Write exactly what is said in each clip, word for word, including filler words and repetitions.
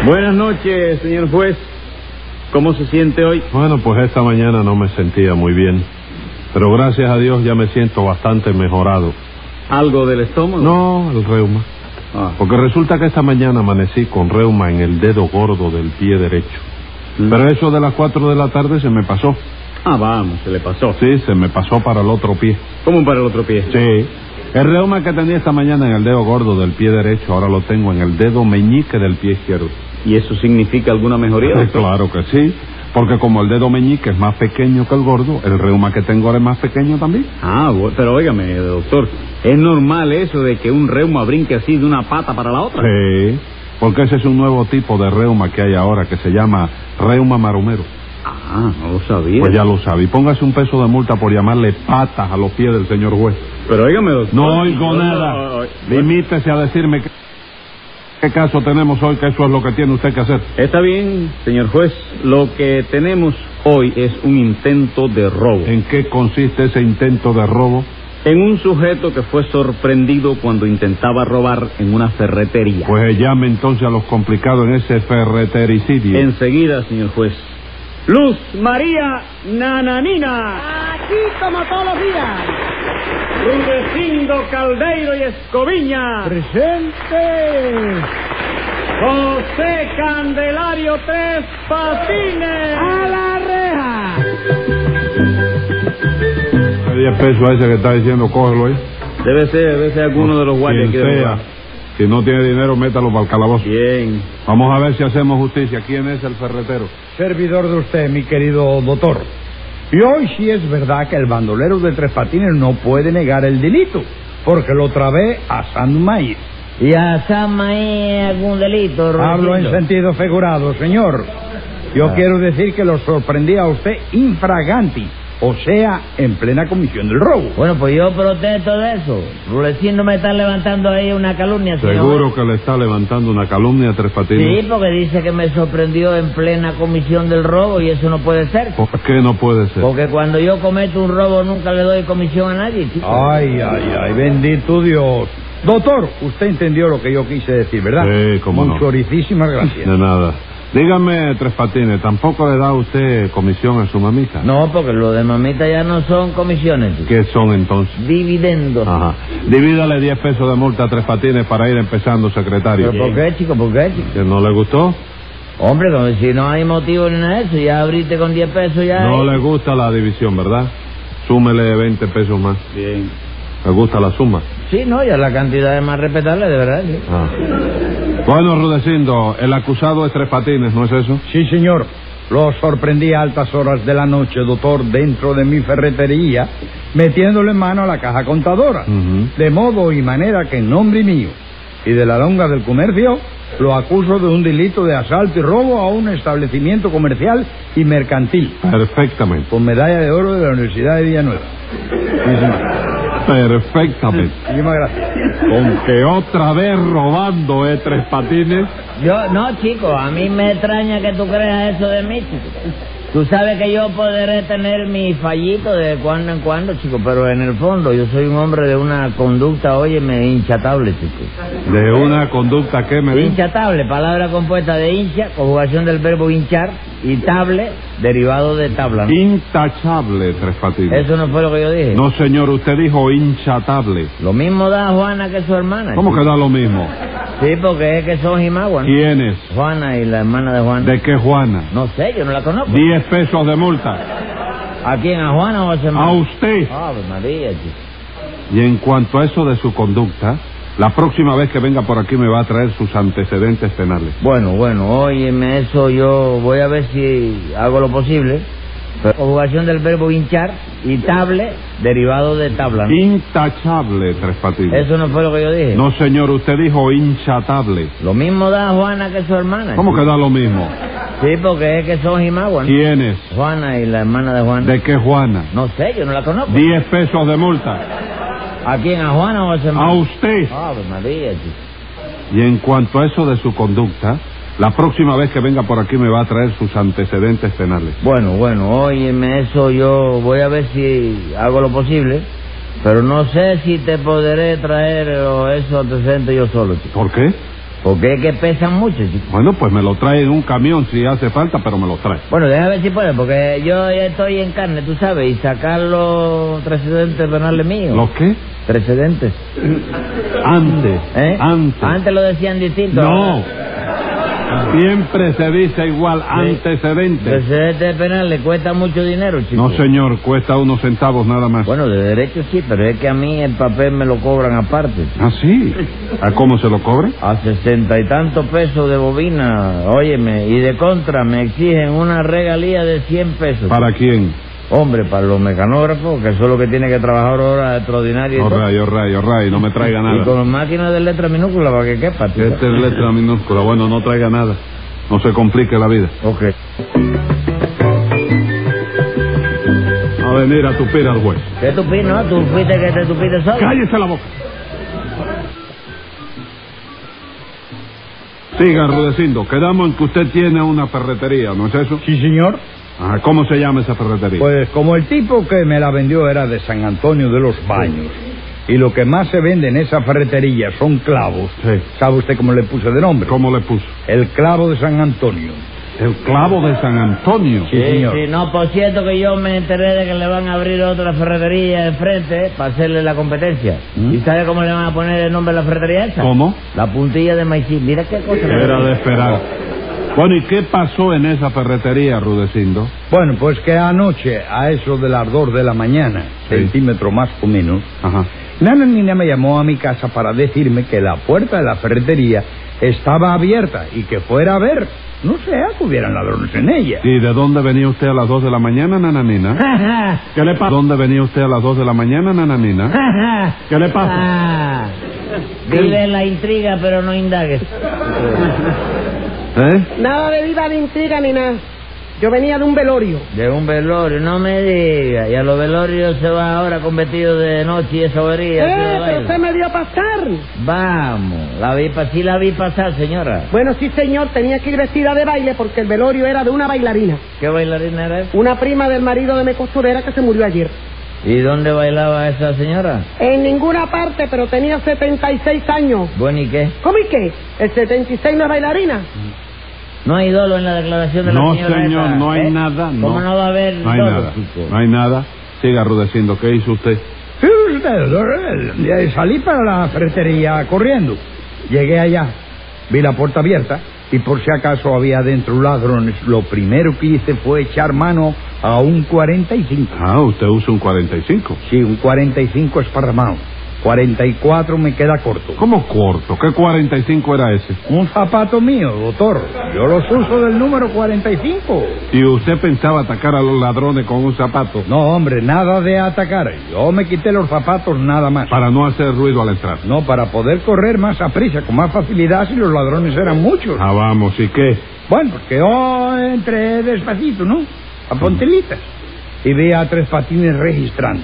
Buenas noches, señor juez. ¿Cómo se siente hoy? Bueno, pues esta mañana no me sentía muy bien, pero gracias a Dios ya me siento bastante mejorado. ¿Algo del estómago? No, el reuma. Ah. Porque resulta que esta mañana amanecí con reuma en el dedo gordo del pie derecho. ¿Mm? Pero eso de las cuatro de la tarde se me pasó. Ah, vamos, se le pasó. Sí, se me pasó para el otro pie. ¿Cómo para el otro pie? Sí. El reuma que tenía esta mañana en el dedo gordo del pie derecho, ahora lo tengo en el dedo meñique del pie izquierdo. ¿Y eso significa alguna mejoría, doctor? Claro que sí, porque como el dedo meñique es más pequeño que el gordo, el reuma que tengo ahora es más pequeño también. Ah, bueno, pero óigame, doctor, ¿es normal eso de que un reuma brinque así de una pata para la otra? Sí, porque ese es un nuevo tipo de reuma que hay ahora, que se llama reuma maromero. Ah, no lo sabía. Pues ya lo sabe. Y póngase un peso de multa por llamarle patas a los pies del señor juez. Pero óigame, doctor. No oigo no, nada. No, no, no. Limítese a decirme qué, qué caso tenemos hoy, que eso es lo que tiene usted que hacer. Está bien, señor juez. Lo que tenemos hoy es un intento de robo. ¿En qué consiste ese intento de robo? En un sujeto que fue sorprendido cuando intentaba robar en una ferretería. Pues llame entonces a los complicados en ese ferretericidio. Enseguida, señor juez. Luz María Nananina. Aquí como todos los días. Rudecindo Caldeiro y Escoviña. Presente. José Candelario Tres Patines. A la reja. diez pesos a ese que está diciendo, cógelo ahí. Debe ser, debe ser alguno de los guardias que sea. Si no tiene dinero, métalo para el calabozo. Bien. Vamos a ver si hacemos justicia. ¿Quién es el ferretero? Servidor de usted, mi querido doctor. Y hoy sí es verdad que el bandolero de Tres Patines no puede negar el delito, porque lo trabé asando maíz. ¿Y asar maíz algún delito, Rudecindo? Hablo en sentido figurado, señor. Yo ah. quiero decir que lo sorprendí a usted infraganti, o sea, en plena comisión del robo. Bueno, pues yo protesto de eso. Rudecindo me está levantando ahí una calumnia, señor. Seguro que le está levantando una calumnia a Tres Patines. Sí, porque dice que me sorprendió en plena comisión del robo y eso no puede ser. ¿Por qué no puede ser? Porque cuando yo cometo un robo nunca le doy comisión a nadie, chico. Ay, ay, ay, bendito Dios. Doctor, usted entendió lo que yo quise decir, ¿verdad? Sí, cómo no. Muchoricísimas gracias. De nada. Dígame, Tres Patines, ¿tampoco le da a usted comisión a su mamita? No, porque lo de mamita ya no son comisiones. ¿Qué son entonces? Dividendos. Ajá. Divídale diez pesos de multa a Tres Patines para ir empezando, secretario. ¿Pero por qué, chico? ¿Por qué, chico? ¿Que no le gustó? Hombre, como si no hay motivo ni nada de eso, ya abriste con diez pesos ya... No hay... le gusta la división, ¿verdad? Súmele veinte pesos más. Bien. ¿Le gusta la suma? Sí, no, ya la cantidad es más respetable, de verdad, sí. Ah. Bueno, Rudecindo, el acusado es Tres Patines, ¿no es eso? Sí, señor. Lo sorprendí a altas horas de la noche, doctor, dentro de mi ferretería, metiéndole mano a la caja contadora. Uh-huh. De modo y manera que en nombre mío y de la longa del comercio, lo acuso de un delito de asalto y robo a un establecimiento comercial y mercantil. Perfectamente. Con medalla de oro de la Universidad de Villanueva. Sí, señor. Perfectamente. Muchísimas gracias. Con que otra vez robando, ¿eh, Tres Patines? Yo, no, chico, a mí me extraña que tú creas eso de mí, chico. Tú sabes que yo podré tener mi fallito de cuando en cuando, chico, pero en el fondo yo soy un hombre de una conducta, óyeme, hinchatable, chico. ¿De una conducta qué me dice? Hinchatable, palabra compuesta de hincha, conjugación del verbo hinchar, y table, derivado de tabla, ¿no? Intachable, Tres Patines. Eso no fue lo que yo dije. No, señor, usted dijo hinchatable. Lo mismo da Juana que su hermana. ¿Cómo chico. que da lo mismo? Sí, porque es que son jimaguas, ¿no? ¿Quién es? Juana y la hermana de Juana. ¿De qué Juana? No sé, yo no la conozco. Diez pesos de multa. ¿A quién? ¿A Juana o a su hermana? A usted. Ave María, chico. Y en cuanto a eso de su conducta, la próxima vez que venga por aquí me va a traer sus antecedentes penales. Bueno, bueno, óyeme, eso yo voy a ver si hago lo posible. Conjugación del verbo hinchar y table, derivado de tabla, ¿no? Intachable, Tres Patines. Eso no fue lo que yo dije. No, señor, usted dijo hinchatable. Lo mismo da Juana que su hermana. ¿Cómo que da lo mismo? Sí, porque es que son jimaguas, ¿no? ¿Quién es? Juana y la hermana de Juana. ¿De qué Juana? No sé, yo no la conozco. Diez pesos de multa. ¿A quién? ¿A Juana o a su hermana? A usted. Ave María, chico. Y en cuanto a eso de su conducta, la próxima vez que venga por aquí me va a traer sus antecedentes penales. Bueno, bueno, óyeme, eso yo voy a ver si hago lo posible, pero no sé si te podré traer esos antecedentes yo solo, chico. ¿Por qué? Porque es que pesan mucho, chico. Bueno, pues me lo trae en un camión si hace falta, pero me lo trae. Bueno, déjame ver si puede, porque yo ya estoy en carne, tú sabes, y sacar los precedentes penales míos. ¿Los qué? Precedentes. Antes. ¿Eh? Antes. Antes lo decían distinto. No. Siempre se dice igual, antecedentes. Precedentes penales cuesta mucho dinero, chico. No, señor, cuesta unos centavos nada más. Bueno, de derecho sí, pero es que a mí el papel me lo cobran aparte, chico. ¿Ah, sí? ¿A cómo se lo cobre? A sesenta y tantos pesos de bobina, óyeme, y de contra me exigen una regalía de cien pesos. ¿Para quién? Hombre, para los mecanógrafos, que eso es lo que tiene que trabajar horas extraordinarias. Oh, ray, oh, ray, oh, ray, no me traiga nada. Y con máquinas de letra minúscula para que quepa. Tío. Esta es letra minúscula. Bueno, no traiga nada. No se complique la vida. Ok. A venir a tupir al juez. ¿Qué tupí, no? ¿Tú fuiste que te tupiste solo? ¡Cállese la boca! Siga, Rudecindo. Quedamos en que usted tiene una ferretería, ¿no es eso? Sí, señor. Ajá, ¿cómo se llama esa ferretería? Pues como el tipo que me la vendió era de San Antonio de los Baños, y lo que más se vende en esa ferretería son clavos, Sí. ¿sabe usted cómo le puse de nombre? ¿Cómo le puso? El clavo de San Antonio. El clavo de San Antonio. Sí, señor. Sí, no, por cierto que yo me enteré de que le van a abrir otra ferretería enfrente para hacerle la competencia. ¿Mm? ¿Y sabe cómo le van a poner el nombre a la ferretería esa? ¿Cómo? La puntilla de maicín. Mira qué cosa. Era de esperar. Bueno, ¿y qué pasó en esa ferretería, Rudecindo? Bueno, pues que anoche, a eso del ardor de la mañana, Sí. centímetro más o menos, Ajá. Nana Nina me llamó a mi casa para decirme que la puerta de la ferretería estaba abierta y que fuera a ver. No sea que hubieran ladrones en ella. ¿Y de dónde venía usted a las dos de la mañana, nananina? ¿Qué le pasa? ¿Dónde venía usted a las dos de la mañana, nananina? ¿Qué le pasa? Ah, vive la intriga, pero no indagues. ¿Eh? Nada de viva de intriga ni nada. Yo venía de un velorio. De un velorio, no me diga. Y a los velorios se va ahora con vestido de noche y esa bobería. Eh, pero usted me dio a pasar. Vamos, la vi, pa- sí la vi pasar, señora. Bueno, sí, señor, tenía que ir vestida de baile porque el velorio era de una bailarina. ¿Qué bailarina era esa? Una prima del marido de mi costurera que se murió ayer. ¿Y dónde bailaba esa señora? En ninguna parte, pero tenía setenta y seis años. Bueno, ¿y qué? ¿Cómo y qué? ¿El setenta y seis no es bailarina? ¿No hay dolo en la declaración de la No, señora señor, esa? no hay ¿Eh? nada. No. ¿Cómo no va a haber No hay dolo, nada. chico? No hay nada. Siga, Rudecindo. ¿Qué hizo usted? Sí, usted, doctor, eh, salí para la ferretería corriendo. Llegué allá, vi la puerta abierta y por si acaso había dentro ladrones, lo primero que hice fue echar mano a un cuarenta y cinco. Ah, usted usa un cuarenta y cinco. Sí, un cuarenta y cinco esparramado. cuarenta y cuatro me queda corto. ¿Cómo corto? ¿Qué cuarenta y cinco era ese? Un zapato mío, doctor. Yo los uso del número cuarenta y cinco. ¿Y usted pensaba atacar a los ladrones con un zapato? No, hombre, nada de atacar. Yo me quité los zapatos nada más. Para no hacer ruido al entrar. No, para poder correr más a prisa, con más facilidad si los ladrones eran muchos. Ah, vamos, ¿y qué? Bueno, porque yo entré despacito, ¿no? A Pontelitas. Y vi a Tres Patines registrando.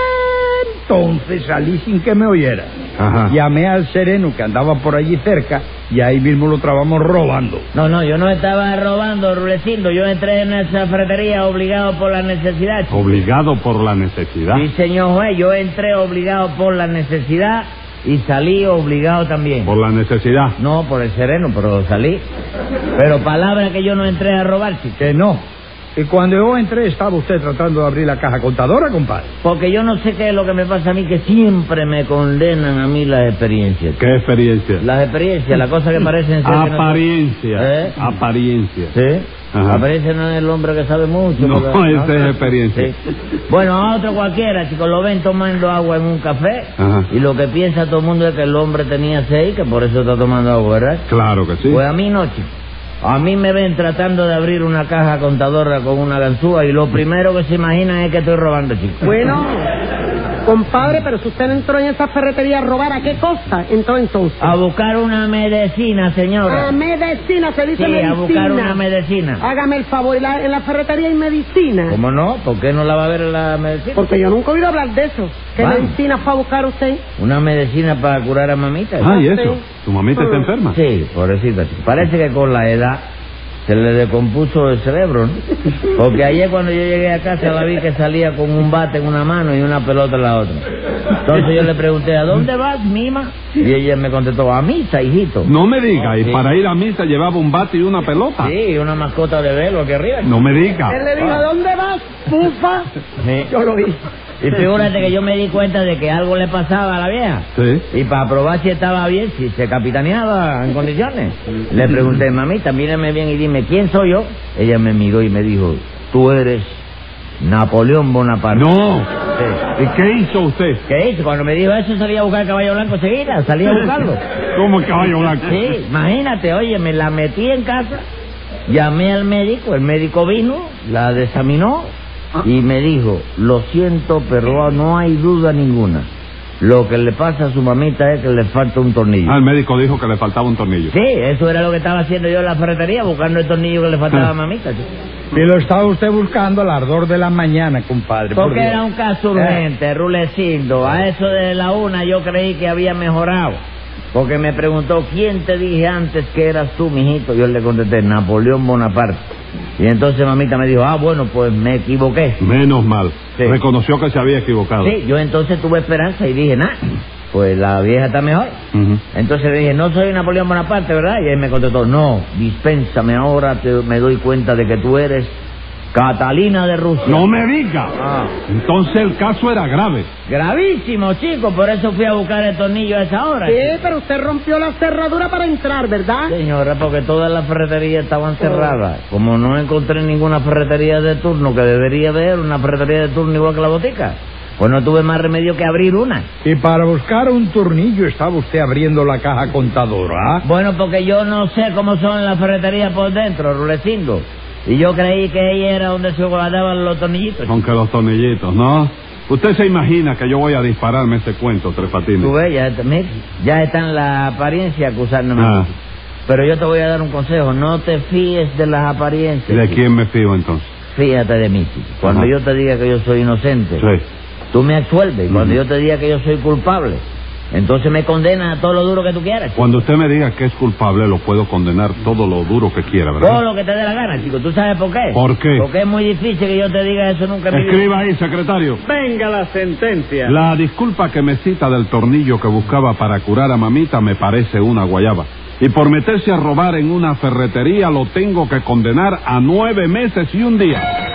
Entonces salí sin que me oyera. Ajá. Llamé al sereno que andaba por allí cerca y ahí mismo lo trabamos robando. No, no, yo no estaba robando, Rulecindo. Yo entré en esa ferretería obligado por la necesidad, chico. Obligado por la necesidad. Sí, señor juez, yo entré obligado por la necesidad y salí obligado también. Por la necesidad. No, por el sereno, pero salí. Pero palabra que yo no entré a robar, chico. Que no. Y cuando yo entré estaba usted tratando de abrir la caja contadora, compadre. Porque yo no sé qué es lo que me pasa a mí, que siempre me condenan a mí las experiencias. ¿Qué experiencia? Las experiencias, las cosas que parecen ser... que no- Apariencia. ¿Eh? Apariencia. ¿Sí? Ajá. Aparece no es el hombre que sabe mucho. No, porque- esa es experiencia. Sí. Bueno, a otro cualquiera, chicos, lo ven tomando agua en un café. Ajá. Y lo que piensa todo el mundo es que el hombre tenía sed, que por eso está tomando agua, ¿verdad? Claro que sí. Pues a mí no, chicos. A mí me ven tratando de abrir una caja contadora con una ganzúa y lo primero que se imaginan es que estoy robando, chicos. Bueno, compadre, pero si usted no entró en esa ferretería a robar, ¿a qué cosa entró entonces? A buscar una medicina, señora. A medicina, se dice Sí, medicina. a buscar una medicina. Hágame el favor, ¿en la, en la ferretería hay medicina? ¿Cómo no? ¿Por qué no la va a ver la medicina? Porque yo nunca he oído hablar de eso. ¿Qué Vamos. medicina fue a buscar usted? Una medicina para curar a mamita. Ah, ¿y eso? Sí. ¿Tu mamita está Mm. enferma? Sí, pobrecita, chico. Parece que con la edad se le descompuso el cerebro, ¿no? Porque ayer cuando yo llegué a casa la vi que salía con un bate en una mano y una pelota en la otra. Entonces yo le pregunté, ¿a dónde vas, mima? Y ella me contestó, a misa, hijito. No me diga, y Sí. para ir a misa llevaba un bate y una pelota. Sí, una mascota de velo aquí arriba. No me diga. Él le dijo, ¿a dónde vas, bufa? Sí. Yo lo vi. Y figúrate que yo me di cuenta de que algo le pasaba a la vieja. Sí. Y para probar si estaba bien, si se capitaneaba en condiciones, le pregunté, mamita, mírame bien y dime, ¿quién soy yo? Ella me miró y me dijo, tú eres Napoleón Bonaparte. No. Sí. ¿Y qué hizo usted? ¿Qué hizo? Cuando me dijo eso, salía a buscar el caballo blanco enseguida, salía a buscarlo. ¿Cómo el caballo blanco? Sí, imagínate, oye, me la metí en casa, llamé al médico, el médico vino, la examinó y me dijo, lo siento, pero no hay duda ninguna. Lo que le pasa a su mamita es que le falta un tornillo. Ah, el médico dijo que le faltaba un tornillo. Sí, eso era lo que estaba haciendo yo en la ferretería, buscando el tornillo que le faltaba a mamita. chico. Y lo estaba usted buscando al ardor de la mañana, compadre. por Porque Dios. era un caso urgente, Rulecindo. A eso de la una yo creí que había mejorado. Porque me preguntó, ¿quién te dije antes que eras tú, mijito? Yo le contesté, Napoleón Bonaparte. Y entonces mamita me dijo, ah, bueno, pues me equivoqué. Menos mal. Sí. Reconoció que se había equivocado. Sí, yo entonces tuve esperanza y dije, nah, pues la vieja está mejor. Ujú. Entonces le dije, no soy Napoleón Bonaparte, ¿verdad? Y él me contestó, no, dispénsame ahora, te, me doy cuenta de que tú eres Catalina de Rusia. No me diga. Ah. Entonces el caso era grave. Gravísimo, chico, por eso fui a buscar el tornillo a esa hora. Sí, chico. pero usted rompió la cerradura para entrar, ¿verdad? Señora, porque todas las ferreterías estaban cerradas. Como no encontré ninguna ferretería de turno, que debería haber una ferretería de turno igual que la botica, pues no tuve más remedio que abrir una. Y para buscar un tornillo estaba usted abriendo la caja contadora, ¿ah? Bueno, porque yo no sé cómo son las ferreterías por dentro, Rulecindo. Y yo creí que ahí era donde se guardaban los tornillitos. Con que los tornillitos, ¿no? Usted se imagina que yo voy a dispararme ese cuento, Tres Patines. Tú ves, ya, está- mira, ya está en la apariencia acusándome. Ah. Pero yo te voy a dar un consejo, no te fíes de las apariencias. ¿De chico. quién me fío entonces? Fíjate de mí, chico. Cuando Ajá. yo te diga que yo soy inocente, Sí. tú me absuelves. Y cuando Ujú. yo te diga que yo soy culpable, entonces me condenas a todo lo duro que tú quieras. chico. Cuando usted me diga que es culpable, lo puedo condenar todo lo duro que quiera, Todo ¿verdad? lo que te dé la gana, chico. ¿Tú sabes por qué? ¿Por qué? Porque es muy difícil que yo te diga eso nunca en mi vida. Escriba ahí, secretario. Venga la sentencia. La disculpa que me cita del tornillo que buscaba para curar a mamita me parece una guayaba. Y por meterse a robar en una ferretería lo tengo que condenar a nueve meses y un día.